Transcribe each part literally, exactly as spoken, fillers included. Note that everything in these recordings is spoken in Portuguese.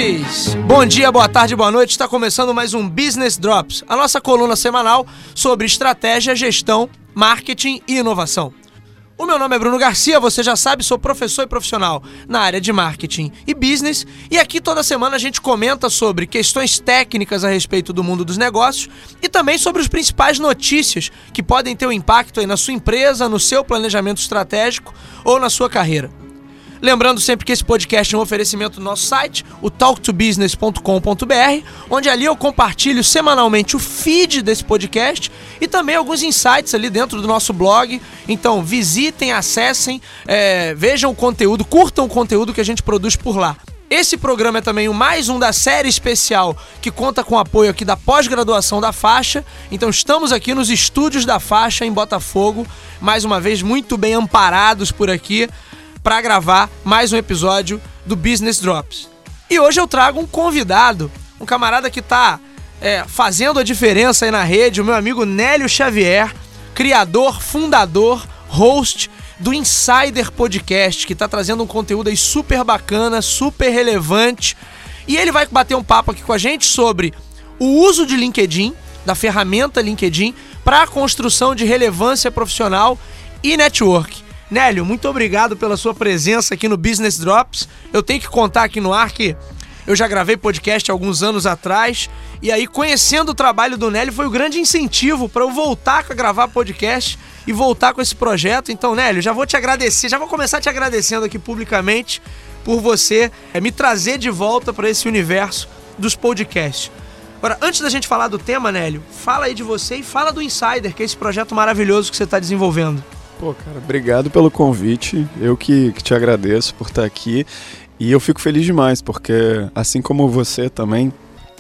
ouvintes! Bom dia, boa tarde, boa noite. Está começando mais um Business Drops, a nossa coluna semanal sobre estratégia, gestão, marketing e inovação. O meu nome é Bruno Garcia, você já sabe, sou professor e profissional na área de marketing e business, e aqui toda semana a gente comenta sobre questões técnicas a respeito do mundo dos negócios e também sobre as principais notícias que podem ter um impacto aí na sua empresa, no seu planejamento estratégico ou na sua carreira. Lembrando sempre que esse podcast é um oferecimento do nosso site, o talk to business ponto com ponto b r, onde ali eu compartilho semanalmente o feed desse podcast e também alguns insights ali dentro do nosso blog. Então visitem, acessem, é, vejam o conteúdo, curtam o conteúdo que a gente produz por lá. Esse programa é também o mais um da série especial que conta com o apoio aqui da pós-graduação da Faixa. Então estamos aqui nos estúdios da Faixa em Botafogo, mais uma vez muito bem amparados por aqui, para gravar mais um episódio do Business Drops. E hoje eu trago um convidado, um camarada que está é, fazendo a diferença aí na rede, o meu amigo Nélio Xavier, criador, fundador, host do Insider Podcast, que está trazendo um conteúdo aí super bacana, super relevante. E ele vai bater um papo aqui com a gente sobre o uso de LinkedIn, da ferramenta LinkedIn, para a construção de relevância profissional e network. Nélio, muito obrigado pela sua presença aqui no Business Drops. Eu tenho que contar aqui no ar que eu já gravei podcast há alguns anos atrás, e aí conhecendo o trabalho do Nélio foi o grande incentivo para eu voltar a gravar podcast e voltar com esse projeto. Então, Nélio, já vou te agradecer, já vou começar te agradecendo aqui publicamente por você é, me trazer de volta para esse universo dos podcasts. Agora, antes da gente falar do tema, Nélio, fala aí de você e fala do Insider, que é esse projeto maravilhoso que você está desenvolvendo. Pô, cara, obrigado pelo convite, eu que, que te agradeço por estar aqui e eu fico feliz demais, porque assim como você também,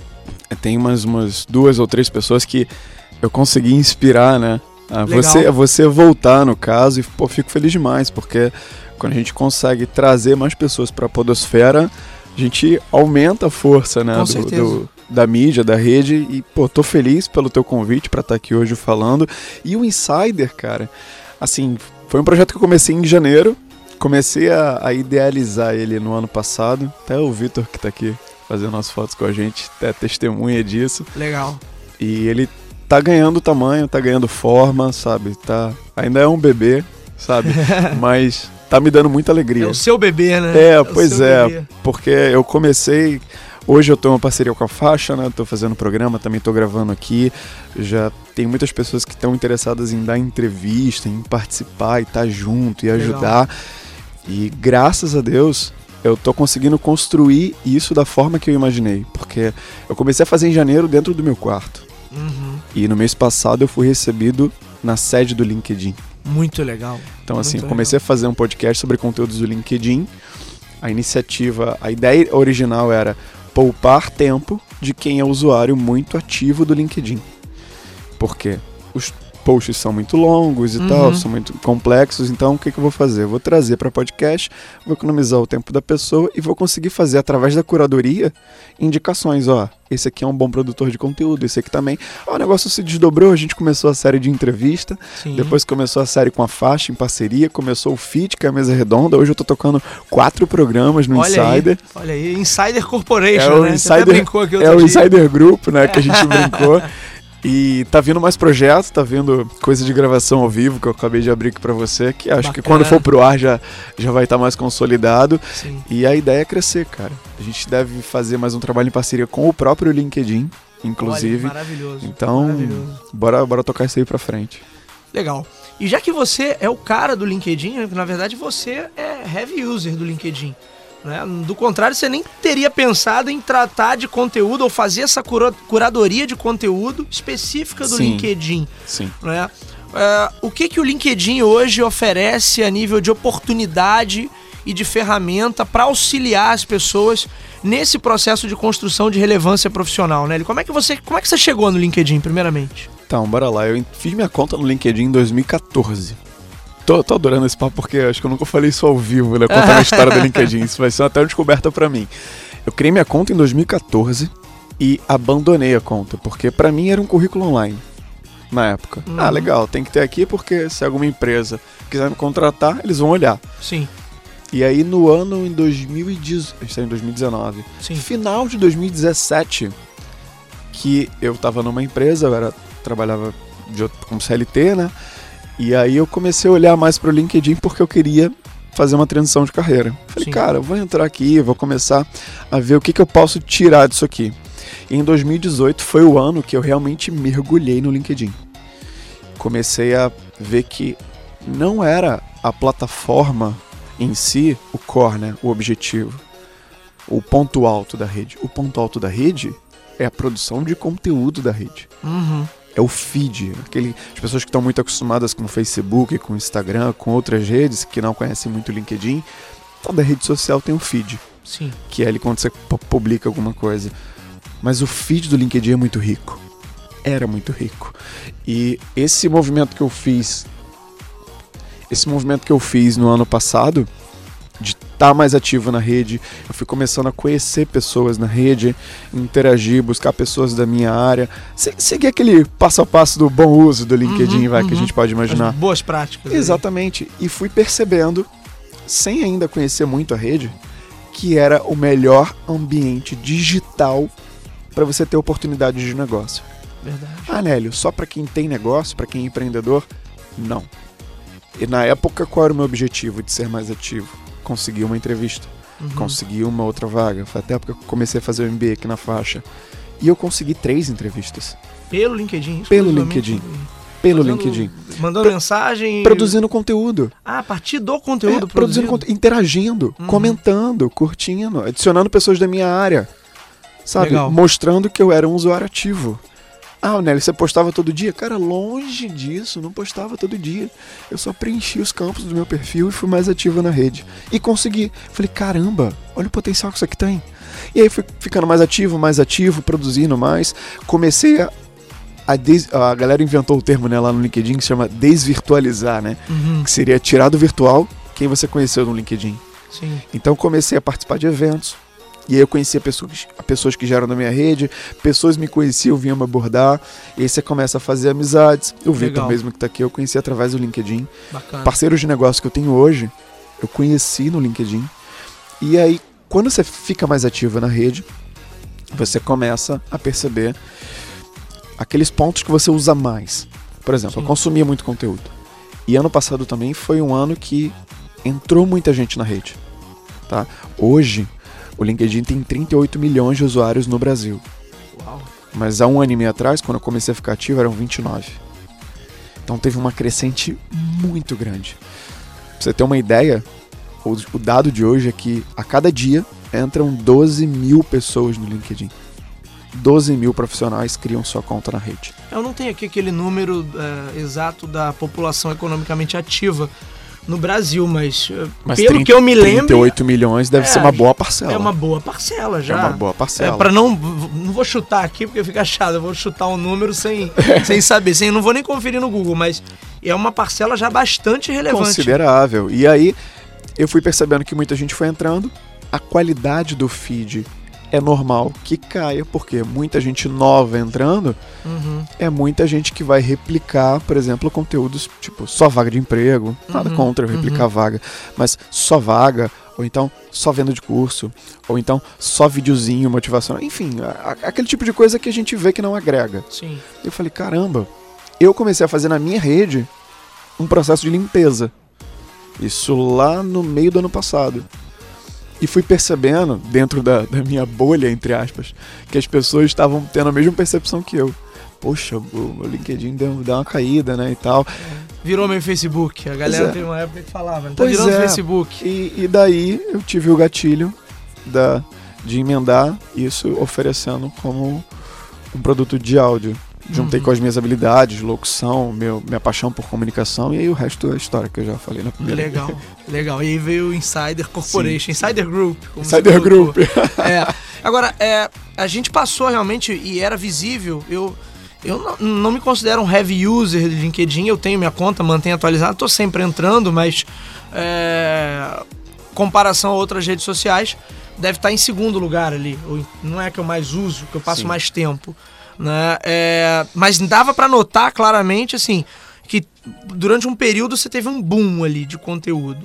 tem umas, umas duas ou três pessoas que eu consegui inspirar, né, a você, a você voltar no caso, e pô, fico feliz demais, porque quando a gente consegue trazer mais pessoas para a podosfera, a gente aumenta a força, né, do, do, da mídia, da rede, e pô, tô feliz pelo teu convite para estar aqui hoje falando. E o Insider, cara, assim, foi um projeto que eu comecei em janeiro, comecei a, a idealizar ele no ano passado, até o Vitor que tá aqui fazendo as fotos com a gente, até testemunha disso. Legal. E ele tá ganhando tamanho, tá ganhando forma, sabe, tá, ainda é um bebê, sabe, mas tá me dando muita alegria. É o seu bebê, né? É, é pois é, bebê. Porque eu comecei... Hoje eu tenho uma parceria com a Faixa, né? Tô fazendo programa, também tô gravando aqui. Já tem muitas pessoas que estão interessadas em dar entrevista, em participar e estar tá junto e ajudar. Legal. E graças a Deus eu tô conseguindo construir isso da forma que eu imaginei. Porque eu comecei a fazer em janeiro dentro do meu quarto. Uhum. E no mês passado eu fui recebido na sede do LinkedIn. Muito legal. Então Muito assim, eu legal. comecei a fazer um podcast sobre conteúdos do LinkedIn. A iniciativa, a ideia original era poupar tempo de quem é usuário muito ativo do LinkedIn. Porque os posts são muito longos e uhum. tal, são muito complexos, então o que, que eu vou fazer? Eu vou trazer para podcast, vou economizar o tempo da pessoa e vou conseguir fazer, através da curadoria, indicações. Ó, esse aqui é um bom produtor de conteúdo, esse aqui também. Ó, o negócio se desdobrou, a gente começou a série de entrevista, Sim. depois começou a série com a Faixa em parceria, começou o Feed, que é a mesa redonda. Hoje eu tô tocando quatro programas no olha Insider. Aí, olha aí, Insider Corporation, é o né? Insider, Você até brincou aqui outro É o dia. Insider Group, né, que a gente brincou. E tá vindo mais projetos, tá vindo coisa de gravação ao vivo que eu acabei de abrir aqui pra você, que acho Bacana. que quando for pro ar já, já vai estar tá mais consolidado. Sim. E a ideia é crescer, cara. A gente deve fazer mais um trabalho em parceria com o próprio LinkedIn, inclusive. Olha, maravilhoso. Então, maravilhoso. Bora, bora tocar isso aí pra frente. Legal. E já que você é o cara do LinkedIn, na verdade você é heavy user do LinkedIn. Né? Do contrário, você nem teria pensado em tratar de conteúdo ou fazer essa cura- curadoria de conteúdo específica do Sim. LinkedIn. Sim. Né? Uh, o que, que o LinkedIn hoje oferece a nível de oportunidade e de ferramenta para auxiliar as pessoas nesse processo de construção de relevância profissional, né? Como é que você, como é que você chegou no LinkedIn, primeiramente? Então, bora lá. Eu fiz minha conta no LinkedIn em dois mil e catorze. Tô, tô adorando esse papo porque acho que eu nunca falei isso ao vivo, né? Contando a história do LinkedIn. Isso vai ser até uma descoberta pra mim. Eu criei minha conta em dois mil e catorze e abandonei a conta, porque pra mim era um currículo online na época. Uhum. Ah, legal, tem que ter aqui porque se alguma empresa quiser me contratar, eles vão olhar. Sim. E aí no ano em dois mil e dez, a gente tá em dois mil e dezenove, Sim. final de dois mil e dezessete, que eu tava numa empresa, eu era, trabalhava de outro, como C L T, né? E aí eu comecei a olhar mais pro LinkedIn porque eu queria fazer uma transição de carreira. Falei, Sim. cara, eu vou entrar aqui, vou começar a ver o que, que eu posso tirar disso aqui. E em dois mil e dezoito foi o ano que eu realmente mergulhei no LinkedIn. Comecei a ver que não era a plataforma em si o core, né, o objetivo, o ponto alto da rede. O ponto alto da rede é a produção de conteúdo da rede. Uhum. É o feed. Aquele, as pessoas que estão muito acostumadas com o Facebook, com o Instagram, com outras redes, que não conhecem muito o LinkedIn, toda rede social tem um feed. Sim. Que é ali quando você publica alguma coisa. Mas o feed do LinkedIn é muito rico. Era muito rico. E esse movimento que eu fiz, esse movimento que eu fiz no ano passado, de estar mais ativo na rede, eu fui começando a conhecer pessoas na rede, interagir, buscar pessoas da minha área, se, seguir aquele passo a passo do bom uso do LinkedIn, Uhum, vai, uhum. que a gente pode imaginar. As boas práticas. Exatamente. Ali. E fui percebendo, sem ainda conhecer muito a rede, que era o melhor ambiente digital para você ter oportunidade de negócio. Verdade. Ah, Nélio, só para quem tem negócio, para quem é empreendedor? Não. E na época, qual era o meu objetivo de ser mais ativo? Conseguir uma entrevista, uhum. conseguir uma outra vaga. Foi até a época que eu comecei a fazer o M B A aqui na faixa. E eu consegui três entrevistas. Pelo LinkedIn? Pelo LinkedIn. Pelo Fazendo, LinkedIn. Mandando Pro, mensagem. Produzindo conteúdo. Ah, a partir do conteúdo é, produzindo conteúdo, interagindo, uhum. comentando, curtindo, adicionando pessoas da minha área. Sabe? Legal. Mostrando que eu era um usuário ativo. Ah, Nélio, você postava todo dia? Cara, longe disso, não postava todo dia. Eu só preenchi os campos do meu perfil e fui mais ativo na rede. E consegui. Falei, caramba, olha o potencial que isso aqui tem. E aí fui ficando mais ativo, mais ativo, produzindo mais. Comecei a... A, des... a galera inventou o termo, né, lá no LinkedIn que se chama desvirtualizar, né? Uhum. Que seria tirar do virtual quem você conheceu no LinkedIn. Sim. Então comecei a participar de eventos. E aí eu conhecia pessoas, pessoas que já eram da minha rede, pessoas me conheciam, vinham me abordar, e aí você começa a fazer amizades. O Vitor mesmo que tá aqui, eu conheci através do LinkedIn. Bacana. Parceiros de negócio que eu tenho hoje, eu conheci no LinkedIn. E aí, quando você fica mais ativo na rede, você começa a perceber aqueles pontos que você usa mais. Por exemplo, Sim. eu consumia muito conteúdo. E ano passado também foi um ano que entrou muita gente na rede. Tá? Hoje, o LinkedIn tem trinta e oito milhões de usuários no Brasil. Uau. Mas há um ano e meio atrás, quando eu comecei a ficar ativo, eram vinte e nove. Então teve uma crescente muito grande. Pra você ter uma ideia, o, o dado de hoje é que a cada dia entram doze mil pessoas no LinkedIn. doze mil profissionais criam sua conta na rede. Eu não tenho aqui aquele número é, exato da população economicamente ativa no Brasil, mas, mas pelo trinta, que eu me lembro... trinta e oito milhões deve é, ser uma boa parcela. É uma boa parcela já. É uma boa parcela. É, pra não... Não vou chutar aqui porque fica chato, eu vou chutar um número sem, sem saber. Sem, não vou nem conferir no Google, mas é uma parcela já bastante relevante. Considerável. E aí eu fui percebendo que muita gente foi entrando, a qualidade do feed é normal que caia, porque muita gente nova entrando, uhum. é muita gente que vai replicar, por exemplo, conteúdos tipo só vaga de emprego, nada uhum. contra eu replicar uhum. vaga, mas só vaga, ou então só venda de curso, ou então só videozinho motivacional, enfim, a, a, aquele tipo de coisa que a gente vê que não agrega. Sim. Eu falei, caramba, eu comecei a fazer na minha rede um processo de limpeza. Isso lá no meio do ano passado. E fui percebendo, dentro da, da minha bolha, entre aspas, que as pessoas estavam tendo a mesma percepção que eu. Poxa, o LinkedIn deu, deu uma caída, né, e tal. Virou meu Facebook. A galera é. teve uma época que falava, tá pois virando é. Facebook. E, e daí eu tive o gatilho da, de emendar isso oferecendo como um produto de áudio. Juntei uhum. com as minhas habilidades, locução, meu, minha paixão por comunicação, e aí o resto é a história que eu já falei na primeira. Legal, legal. E aí veio o Insider Corporation, Sim. Insider Group. Como Insider Group. É. Agora, é, a gente passou realmente, e era visível, eu, eu não, não me considero um heavy user de LinkedIn, eu tenho minha conta, mantenho atualizada, tô sempre entrando, mas é, comparação a outras redes sociais, deve estar em segundo lugar ali. Não é que eu mais uso, que eu passo Sim. mais tempo. Né? É, mas dava para notar claramente assim que durante um período você teve um boom ali de conteúdo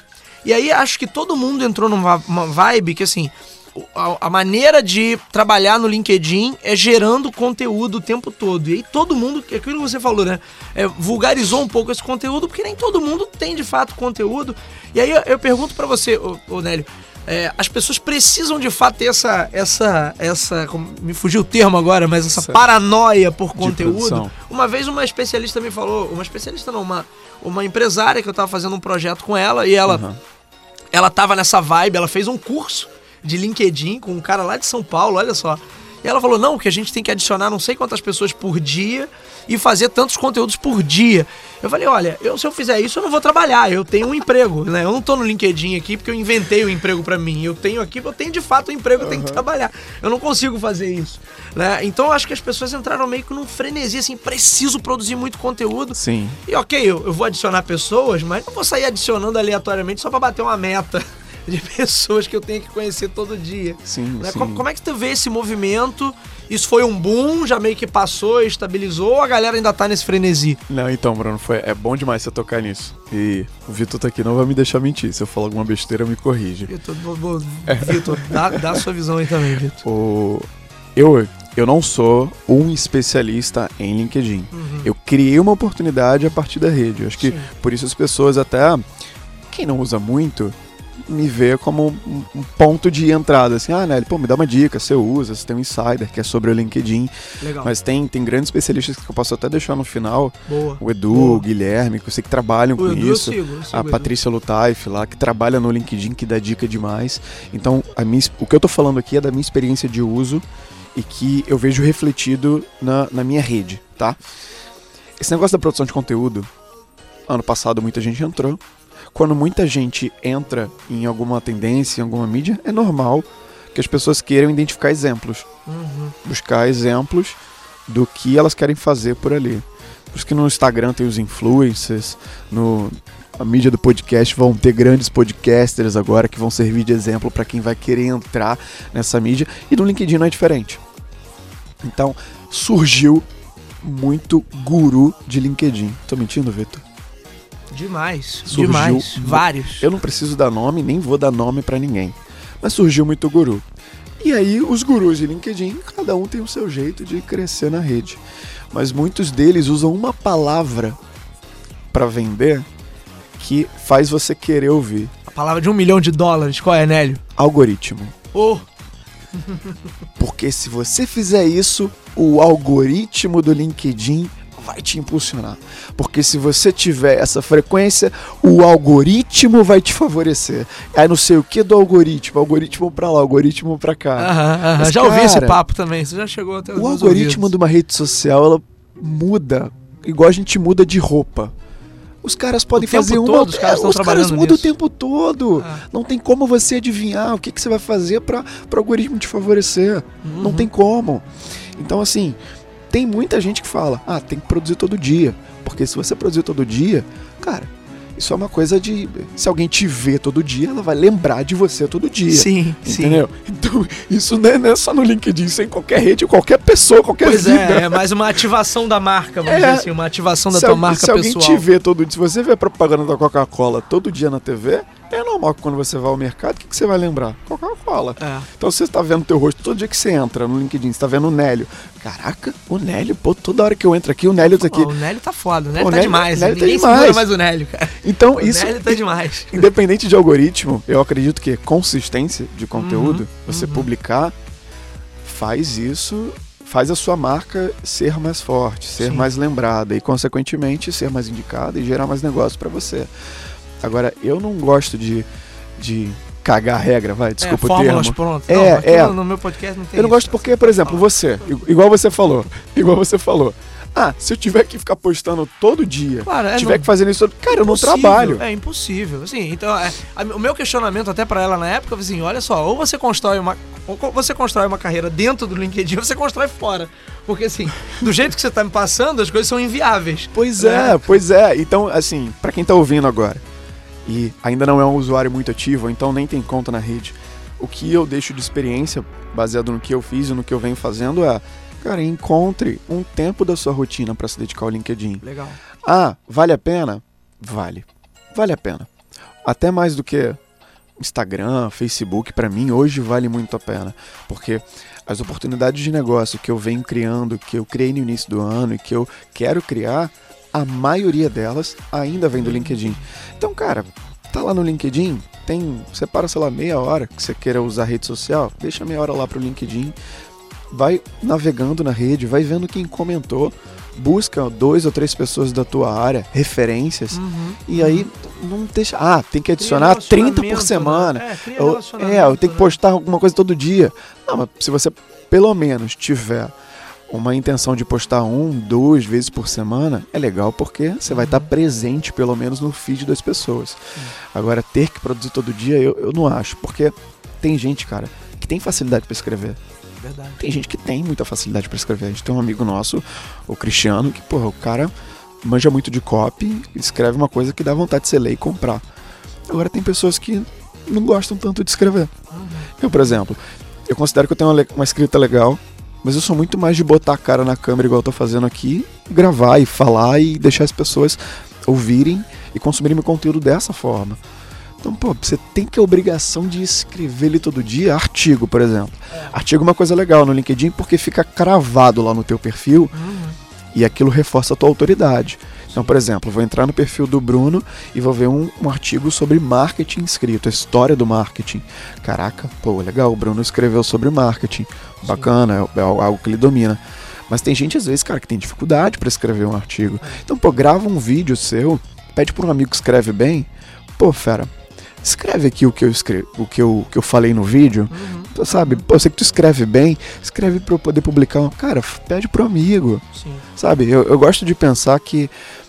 E aí acho que todo mundo entrou numa uma vibe que, assim, a, a maneira de trabalhar no LinkedIn é gerando conteúdo o tempo todo. E aí todo mundo, aquilo que você falou, né? É, vulgarizou um pouco esse conteúdo, porque nem todo mundo tem, de fato, conteúdo. E aí eu, eu pergunto pra você, ô, ô Nélio, é, as pessoas precisam, de fato, ter essa, essa, essa como, me fugiu o termo agora, mas essa certo. paranoia por conteúdo. Uma vez uma especialista me falou, uma especialista não, uma, uma empresária que eu tava fazendo um projeto com ela, e ela, uhum. ela tava nessa vibe, ela fez um curso de LinkedIn com um cara lá de São Paulo, olha só. E ela falou, não, que a gente tem que adicionar não sei quantas pessoas por dia e fazer tantos conteúdos por dia. Eu falei, olha, eu, se eu fizer isso, eu não vou trabalhar, eu tenho um emprego, né? Eu não tô no LinkedIn aqui porque eu inventei o emprego pra mim. Eu tenho aqui, eu tenho de fato um emprego, eu tenho uhum. que trabalhar. Eu não consigo fazer isso, né? Então eu acho que as pessoas entraram meio que num frenesi, assim, preciso produzir muito conteúdo. Sim. E ok, eu, eu vou adicionar pessoas, mas não vou sair adicionando aleatoriamente só pra bater uma meta de pessoas que eu tenho que conhecer todo dia. Sim, né? sim. Como, como é que tu vê esse movimento? Isso foi um boom, já meio que passou, estabilizou, ou a galera ainda tá nesse frenesi? Não, então, Bruno, foi, é bom demais você tocar nisso. E o Vitor tá aqui, não vai me deixar mentir. Se eu falar alguma besteira, me corrige. Vitor, é. Vitor, dá, dá a sua visão aí também, Vitor. O... Eu, eu não sou um especialista em LinkedIn. Uhum. Eu criei uma oportunidade a partir da rede. Eu acho que Sim. por isso as pessoas até... Quem não usa muito... me vê como um, um ponto de entrada, assim, ah, Nélio, pô, me dá uma dica, você usa, você tem um insider que é sobre o LinkedIn. Legal. Mas tem, tem grandes especialistas que eu posso até deixar no final. Boa. O Edu, Boa. o Guilherme, que eu sei que trabalham o com Edu isso. Eu sigo, eu sigo a Patrícia Lutaif lá, que trabalha no LinkedIn, que dá dica demais. Então, a minha, o que eu tô falando aqui é da minha experiência de uso e que eu vejo refletido na, na minha rede, tá? Esse negócio da produção de conteúdo, ano passado muita gente entrou. Quando muita gente entra em alguma tendência, em alguma mídia, é normal que as pessoas queiram identificar exemplos. Uhum. Buscar exemplos do que elas querem fazer por ali. Por isso que no Instagram tem os influencers, no a mídia do podcast vão ter grandes podcasters agora que vão servir de exemplo para quem vai querer entrar nessa mídia. E no LinkedIn não é diferente. Então, surgiu muito guru de LinkedIn. Tô mentindo, Vitor? Demais, surgiu, demais, vários. Eu não preciso dar nome, nem vou dar nome pra ninguém. Mas surgiu muito guru. E aí os gurus de LinkedIn, cada um tem o seu jeito de crescer na rede. Mas muitos deles usam uma palavra pra vender que faz você querer ouvir. A palavra de um milhão de dólares, qual é, Nélio? Algoritmo. Oh. Porque se você fizer isso, o algoritmo do LinkedIn vai te impulsionar. Porque se você tiver essa frequência, o algoritmo vai te favorecer. Aí não sei o que do algoritmo, algoritmo pra lá, algoritmo pra cá. Aham, aham. Já ouvi esse papo também, você já chegou até os O algoritmo ouvidos. De uma rede social, ela muda, igual a gente muda de roupa. Os caras podem o fazer tempo uma... Todo, os caras, é, os caras mudam nisso. o tempo todo. Ah. Não tem como você adivinhar o que, que você vai fazer para o algoritmo te favorecer. Uhum. Não tem como. Então, assim... Tem muita gente que fala, ah, tem que produzir todo dia. Porque se você produzir todo dia, cara, isso é uma coisa de... Se alguém te vê todo dia, ela vai lembrar de você todo dia. Sim, entendeu? sim. Então, isso não é, não é só no LinkedIn, isso é em qualquer rede, qualquer pessoa, qualquer pois vida. Pois é, é mais uma ativação da marca, vamos é, dizer assim, uma ativação da tua alguém, marca se pessoal. Se alguém te vê todo dia, se você vê a propaganda da Coca-Cola todo dia na T V... É normal que quando você vai ao mercado, o que, que você vai lembrar? Coca-Cola. É. Então você está vendo o teu rosto todo dia que você entra no LinkedIn, você está vendo o Nélio. Caraca, o Nélio, pô, toda hora que eu entro aqui, o Nélio tá aqui. Pô, o Nélio tá foda, o Nélio pô, tá Nélio, demais. Nélio Ninguém tá demais. segura mais o Nélio, cara. Então o isso... O Nélio tá demais. Independente de algoritmo, eu acredito que consistência de conteúdo, uhum, você uhum. publicar, faz isso... faz a sua marca ser mais forte, ser Sim. mais lembrada e, consequentemente, ser mais indicada e gerar mais negócio para você. Agora, eu não gosto de, de cagar a regra, vai, desculpa é, o termo. Fórmulas prontas. É, não, é. No meu podcast não tem Eu não isso, gosto porque, por exemplo, você, igual você falou, igual você falou, ah, se eu tiver que ficar postando todo dia, claro, é, tiver não, que fazer isso, cara, eu não trabalho. É impossível. Assim, então, é, a, o meu questionamento até pra ela na época, assim, olha só, ou você constrói uma, ou você constrói uma carreira dentro do LinkedIn, ou você constrói fora. Porque, assim, do jeito que você tá me passando, as coisas são inviáveis. Pois é, é pois é. Então, assim, pra quem tá ouvindo agora e ainda não é um usuário muito ativo, então nem tem conta na rede, o que eu deixo de experiência, baseado no que eu fiz e no que eu venho fazendo, é, cara, encontre um tempo da sua rotina para se dedicar ao LinkedIn. Legal. Ah, vale a pena? Vale. Vale a pena. até mais do que Instagram, Facebook, para mim hoje vale muito a pena, porque as oportunidades de negócio que eu venho criando, que eu criei no início do ano e que eu quero criar, a maioria delas ainda vem do LinkedIn. Então, cara, tá lá no LinkedIn, tem, separa, sei lá, meia hora que você queira usar a rede social, deixa meia hora lá pro LinkedIn, vai navegando na rede, vai vendo quem comentou, busca dois ou três pessoas da tua área, referências, uhum, e aí não deixa... Ah, tem que adicionar trinta por semana. Né? É, ou, é, eu tenho que postar né? alguma coisa todo dia. Não, mas se você pelo menos tiver uma intenção de postar um, duas vezes por semana, é legal porque você uhum. vai estar presente pelo menos no feed das pessoas. Uhum. Agora, ter que produzir todo dia, eu, eu não acho, porque tem gente, cara, que tem facilidade para escrever. Verdade. Tem gente que tem muita facilidade para escrever. A gente tem um amigo nosso, o Cristiano, que, porra, o cara manja muito de copy, escreve uma coisa que dá vontade de você ler e comprar. Agora tem pessoas que não gostam tanto de escrever. Uhum. Eu, por exemplo, eu considero que eu tenho uma, uma escrita legal, mas eu sou muito mais de botar a cara na câmera igual eu tô fazendo aqui, gravar e falar e deixar as pessoas ouvirem e consumirem meu conteúdo dessa forma. Então, pô, você tem que a obrigação de escrever ele todo dia, artigo, por exemplo. É. Artigo é uma coisa legal no LinkedIn porque fica cravado lá no teu perfil uhum. e aquilo reforça a tua autoridade. Então, por exemplo, vou entrar no perfil do Bruno e vou ver um, um artigo sobre marketing escrito, a história do marketing. Caraca, pô, legal, o Bruno escreveu sobre marketing. Bacana, é, é algo que ele domina. Mas tem gente, às vezes, cara, que tem dificuldade para escrever um artigo. Então, pô, grava um vídeo seu, pede para um amigo que escreve bem. Pô, fera, escreve aqui o que eu, escrevi, o que eu, que eu falei no vídeo, uhum. sabe? Pô, eu sei que tu escreve bem, escreve para eu poder publicar. Cara, pede pro amigo, Sim. sabe? Eu, eu gosto de pensar que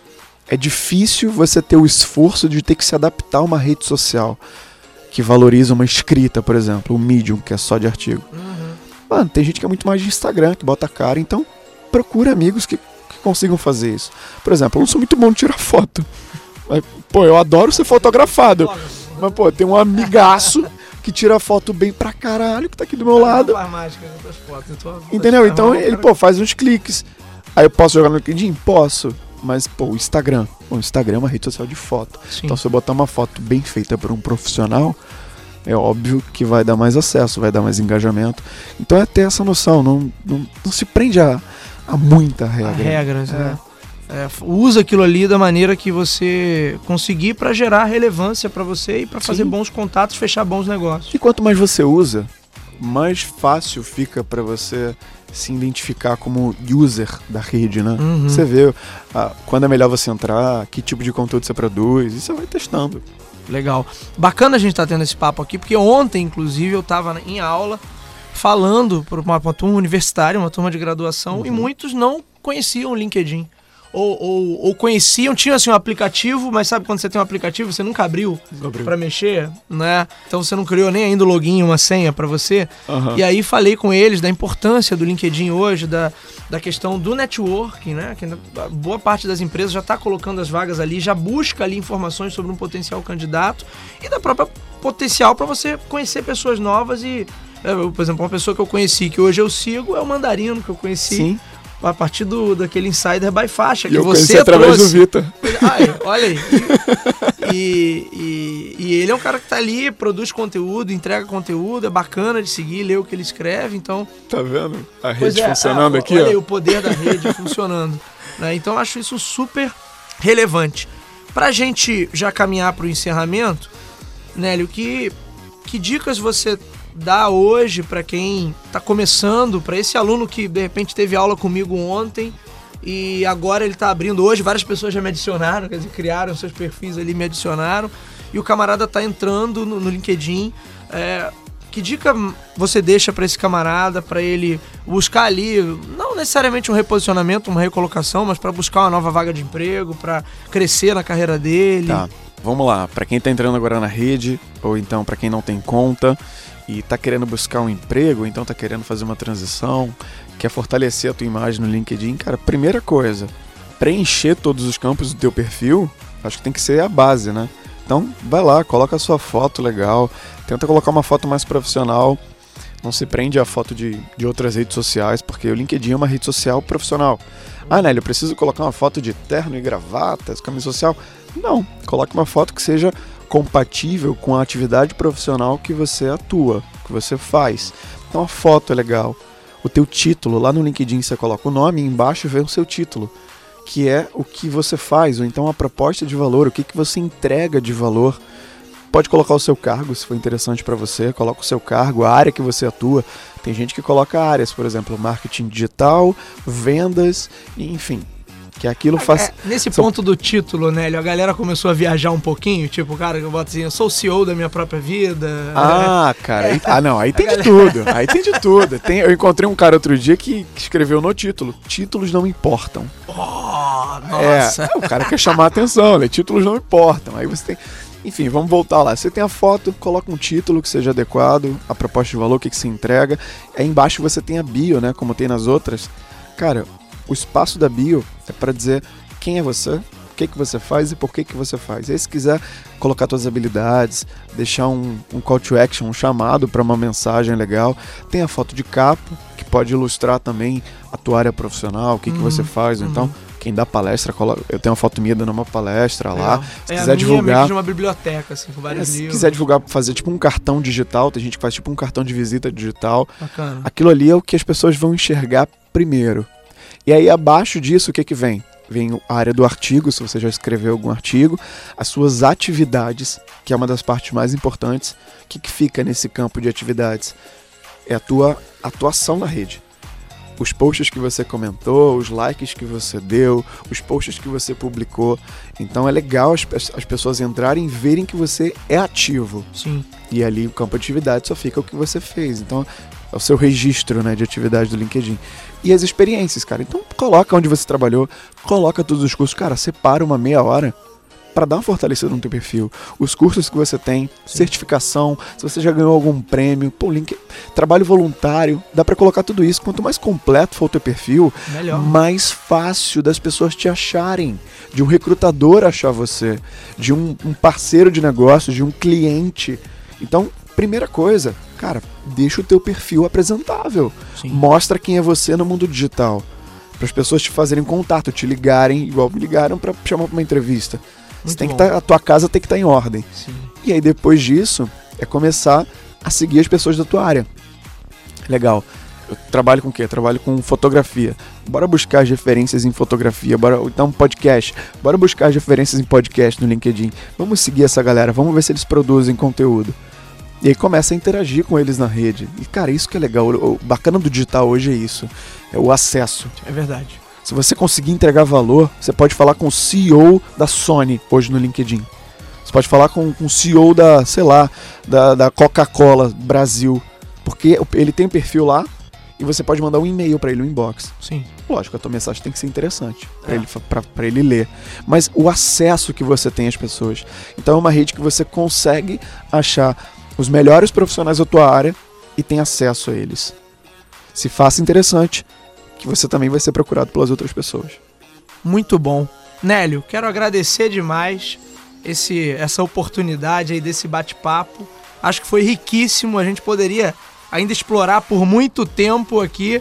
é difícil você ter o esforço de ter que se adaptar a uma rede social que valoriza uma escrita, por exemplo, o Medium, que é só de artigo. Uhum. Mano, tem gente que é muito mais de Instagram, que bota a cara, então procura amigos que, que consigam fazer isso. Por exemplo, eu não sou muito bom de tirar foto, mas, pô, eu adoro ser fotografado. Mas, pô, tem um amigaço que tira foto bem pra caralho, que tá aqui do meu lado. Entendeu? Então ele, pô, faz uns cliques. Aí eu posso jogar no LinkedIn? Posso. Mas, pô, o Instagram. O Instagram é uma rede social de foto. Sim. Então, se eu botar uma foto bem feita por um profissional, é óbvio que vai dar mais acesso, vai dar mais engajamento. Então, é ter essa noção. Não, não, não se prende a, a muita regra. A regras, é. né? É, usa aquilo ali da maneira que você conseguir para gerar relevância para você e para fazer bons contatos, fechar bons negócios. E quanto mais você usa, mais fácil fica para você se identificar como user da rede, né? Uhum. Você vê ah, quando é melhor você entrar, que tipo de conteúdo você produz, e você vai testando. Legal. Bacana a gente estar tá tendo esse papo aqui, porque ontem, inclusive, eu estava em aula falando para uma, uma turma universitária, uma turma de graduação, uhum. e muitos não conheciam o LinkedIn. Ou, ou, ou conheciam, tinham assim um aplicativo, mas sabe quando você tem um aplicativo, você nunca abriu, abriu. para mexer, né? Então você não criou nem ainda o login, uma senha para você. Uhum. E aí falei com eles da importância do LinkedIn hoje, da, da questão do networking, né? Que boa parte das empresas já está colocando as vagas ali, já busca ali informações sobre um potencial candidato e da própria potencial para você conhecer pessoas novas e, eu, por exemplo, uma pessoa que eu conheci, que hoje eu sigo, é o Mandarino, que eu conheci. Sim. A partir do, daquele Insider by Faixa que eu você através trouxe. do Vitor. Ai, olha aí. E, e, e ele é um cara que tá ali, produz conteúdo, entrega conteúdo, é bacana de seguir, ler o que ele escreve, então... Tá vendo? A rede é, funcionando a, aqui, olha ó. Aí, o poder da rede funcionando. Né? Então, eu acho isso super relevante. Pra gente já caminhar pro encerramento, Nélio, que, que dicas você... dá hoje para quem está começando, para esse aluno que de repente teve aula comigo ontem e agora ele está abrindo hoje, várias pessoas já me adicionaram, quer dizer, criaram seus perfis ali, me adicionaram, e o camarada está entrando no, no LinkedIn. É, que dica você deixa para esse camarada, para ele buscar ali, não necessariamente um reposicionamento, uma recolocação, mas para buscar uma nova vaga de emprego, para crescer na carreira dele? Tá, vamos lá. Para quem está entrando agora na rede, ou então para quem não tem conta e tá querendo buscar um emprego, então tá querendo fazer uma transição, quer fortalecer a tua imagem no LinkedIn, cara, primeira coisa, preencher todos os campos do teu perfil, acho que tem que ser a base, né? Então, vai lá, coloca a sua foto legal, tenta colocar uma foto mais profissional, não se prende a foto de, de outras redes sociais, porque o LinkedIn é uma rede social profissional. Ah, Nélio, eu preciso colocar uma foto de terno e gravatas, camisa social? Não, coloque uma foto que seja compatível com a atividade profissional que você atua, que você faz. Então a foto é legal. O teu título, lá no LinkedIn você coloca o nome e embaixo vem o seu título, que é o que você faz, ou então a proposta de valor, o que, que você entrega de valor. Pode colocar o seu cargo, se for interessante para você, coloca o seu cargo, a área que você atua. Tem gente que coloca áreas, por exemplo, marketing digital, vendas, enfim, que aquilo faz... É, nesse São... ponto do título, né, a galera começou a viajar um pouquinho, tipo, cara, eu boto assim, eu sou o C E O da minha própria vida. Ah, né? Cara, é. aí, ah não, aí tem galera... de tudo, aí tem de tudo. Tem, eu encontrei um cara outro dia que, que escreveu no título, títulos não importam. Oh, nossa! É, o cara quer chamar a atenção, né? Títulos não importam, aí você tem... Enfim, vamos voltar lá. Você tem a foto, coloca um título que seja adequado, a proposta de valor, o que, que se entrega. Aí embaixo você tem a bio, né? Como tem nas outras. Cara, o espaço da bio é para dizer quem é você, o que, que você faz e por que, que você faz. E aí se quiser colocar suas habilidades, deixar um, um call to action, um chamado para uma mensagem legal. Tem a foto de capa, que pode ilustrar também a tua área profissional, o que, uhum, que você faz. Ou então... Uhum. Quem dá palestra, eu tenho uma foto minha dando uma palestra lá. Se é, quiser a minha divulgar. É meio de uma biblioteca, assim, com vários é, se livros. quiser divulgar, fazer tipo um cartão digital, tem gente que faz tipo um cartão de visita digital. Bacana. Aquilo ali é o que as pessoas vão enxergar primeiro. E aí abaixo disso, o que que vem? Vem a área do artigo, se você já escreveu algum artigo, as suas atividades, que é uma das partes mais importantes. O que que fica nesse campo de atividades? É a tua atuação na rede. Os posts que você comentou, os likes que você deu, os posts que você publicou. Então é legal as, as pessoas entrarem e verem que você é ativo. Sim. E ali o campo de atividade só fica o que você fez. Então é o seu registro, né, de atividade do LinkedIn. E as experiências, cara. Então coloca onde você trabalhou, coloca todos os cursos. Cara, separa uma meia hora para dar uma fortalecida no teu perfil. Os cursos que você tem, sim, certificação, se você já ganhou algum prêmio, pô, link, trabalho voluntário, dá para colocar tudo isso. Quanto mais completo for o teu perfil, melhor, mais fácil das pessoas te acharem, de um recrutador achar você, de um, um parceiro de negócios, de um cliente. Então, primeira coisa, cara, deixa o teu perfil apresentável. Sim. Mostra quem é você no mundo digital, para as pessoas te fazerem contato, te ligarem, igual me ligaram para chamar para uma entrevista. Você tem que tá, a tua casa tem que estar tá em ordem. Sim. E aí depois disso é começar a seguir as pessoas da tua área. Legal. Eu trabalho com o quê? Eu trabalho com fotografia. Bora buscar as referências em fotografia. Bora, então podcast. Bora buscar as referências em podcast no LinkedIn. Vamos seguir essa galera. Vamos ver se eles produzem conteúdo. E aí começa a interagir com eles na rede. E cara, isso que é legal. O bacana do digital hoje é isso. É o acesso. É verdade. Se você conseguir entregar valor, você pode falar com o C E O da Sony hoje no LinkedIn. Você pode falar com, com o C E O da, sei lá, da, da Coca-Cola Brasil. Porque ele tem um perfil lá e você pode mandar um e-mail para ele, um inbox. Sim. Lógico, a tua mensagem tem que ser interessante para é. ele, para ele ler. Mas o acesso que você tem às pessoas. Então é uma rede que você consegue achar os melhores profissionais da tua área e tem acesso a eles. Se faça interessante, que você também vai ser procurado pelas outras pessoas. Muito bom. Nélio, quero agradecer demais esse, essa oportunidade aí desse bate-papo. Acho que foi riquíssimo, a gente poderia ainda explorar por muito tempo aqui,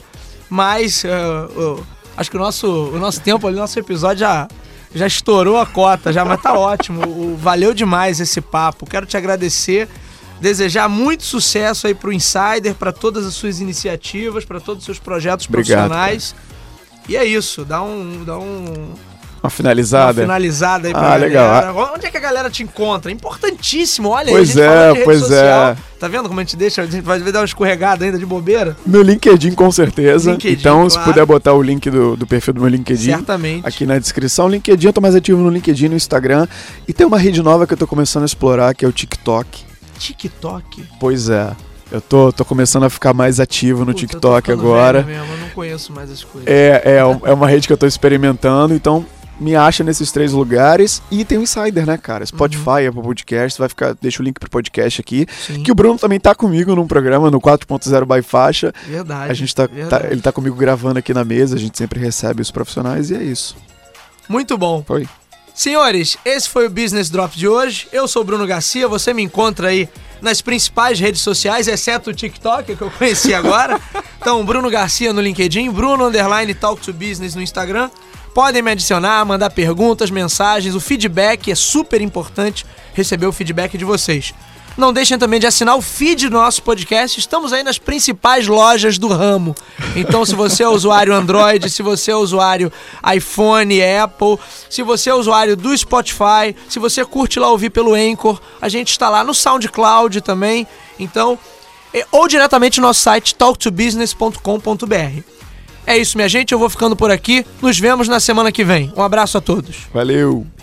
mas uh, uh, acho que o nosso, o nosso tempo ali, nosso episódio já, já estourou a cota, já, mas tá ótimo. O, valeu demais esse papo. Quero te agradecer. Desejar muito sucesso aí pro Insider, para todas as suas iniciativas, para todos os seus projetos Obrigado, profissionais. Cara. E é isso, dá um... Dá um uma finalizada? Uma finalizada aí pra ah, galera. Legal. Onde é que a galera te encontra? Importantíssimo, olha pois aí, a gente é, falando de pois rede social. É. Tá vendo como a gente deixa? A gente vai dar uma escorregada ainda de bobeira. No LinkedIn, com certeza. LinkedIn, então, claro. Se puder botar o link do, do perfil do meu LinkedIn. Certamente. Aqui na descrição. LinkedIn, eu tô mais ativo no LinkedIn, no Instagram. E tem uma rede nova que eu tô começando a explorar, que é o TikTok. TikTok? Pois é. Eu tô, tô começando a ficar mais ativo no Puta, TikTok eu tô agora. Mesmo, eu não conheço mais as coisas. É, é, é uma rede que eu tô experimentando, então me acha nesses três lugares. E tem o Insider, né, cara? Spotify, uhum. Apple Podcast, vai ficar, deixa o link pro podcast aqui. Sim. Que o Bruno também tá comigo num programa no quatro ponto zero by Faixa. Verdade. A gente tá, verdade. tá, ele tá comigo gravando aqui na mesa, a gente sempre recebe os profissionais e é isso. Muito bom. Foi. Senhores, esse foi o Business Drop de hoje. Eu sou o Bruno Garcia, você me encontra aí nas principais redes sociais, exceto o TikTok, que eu conheci agora. Então, Bruno Garcia no LinkedIn, Bruno Underline Talk to Business no Instagram. Podem me adicionar, mandar perguntas, mensagens, o feedback é super importante receber o feedback de vocês. Não deixem também de assinar o feed do nosso podcast. Estamos aí nas principais lojas do ramo. Então, se você é usuário Android, se você é usuário iPhone, Apple, se você é usuário do Spotify, se você curte lá ouvir pelo Anchor, a gente está lá no SoundCloud também. Então, ou diretamente no nosso site talk to business ponto com ponto b r. É isso, minha gente. Eu vou ficando por aqui. Nos vemos na semana que vem. Um abraço a todos. Valeu!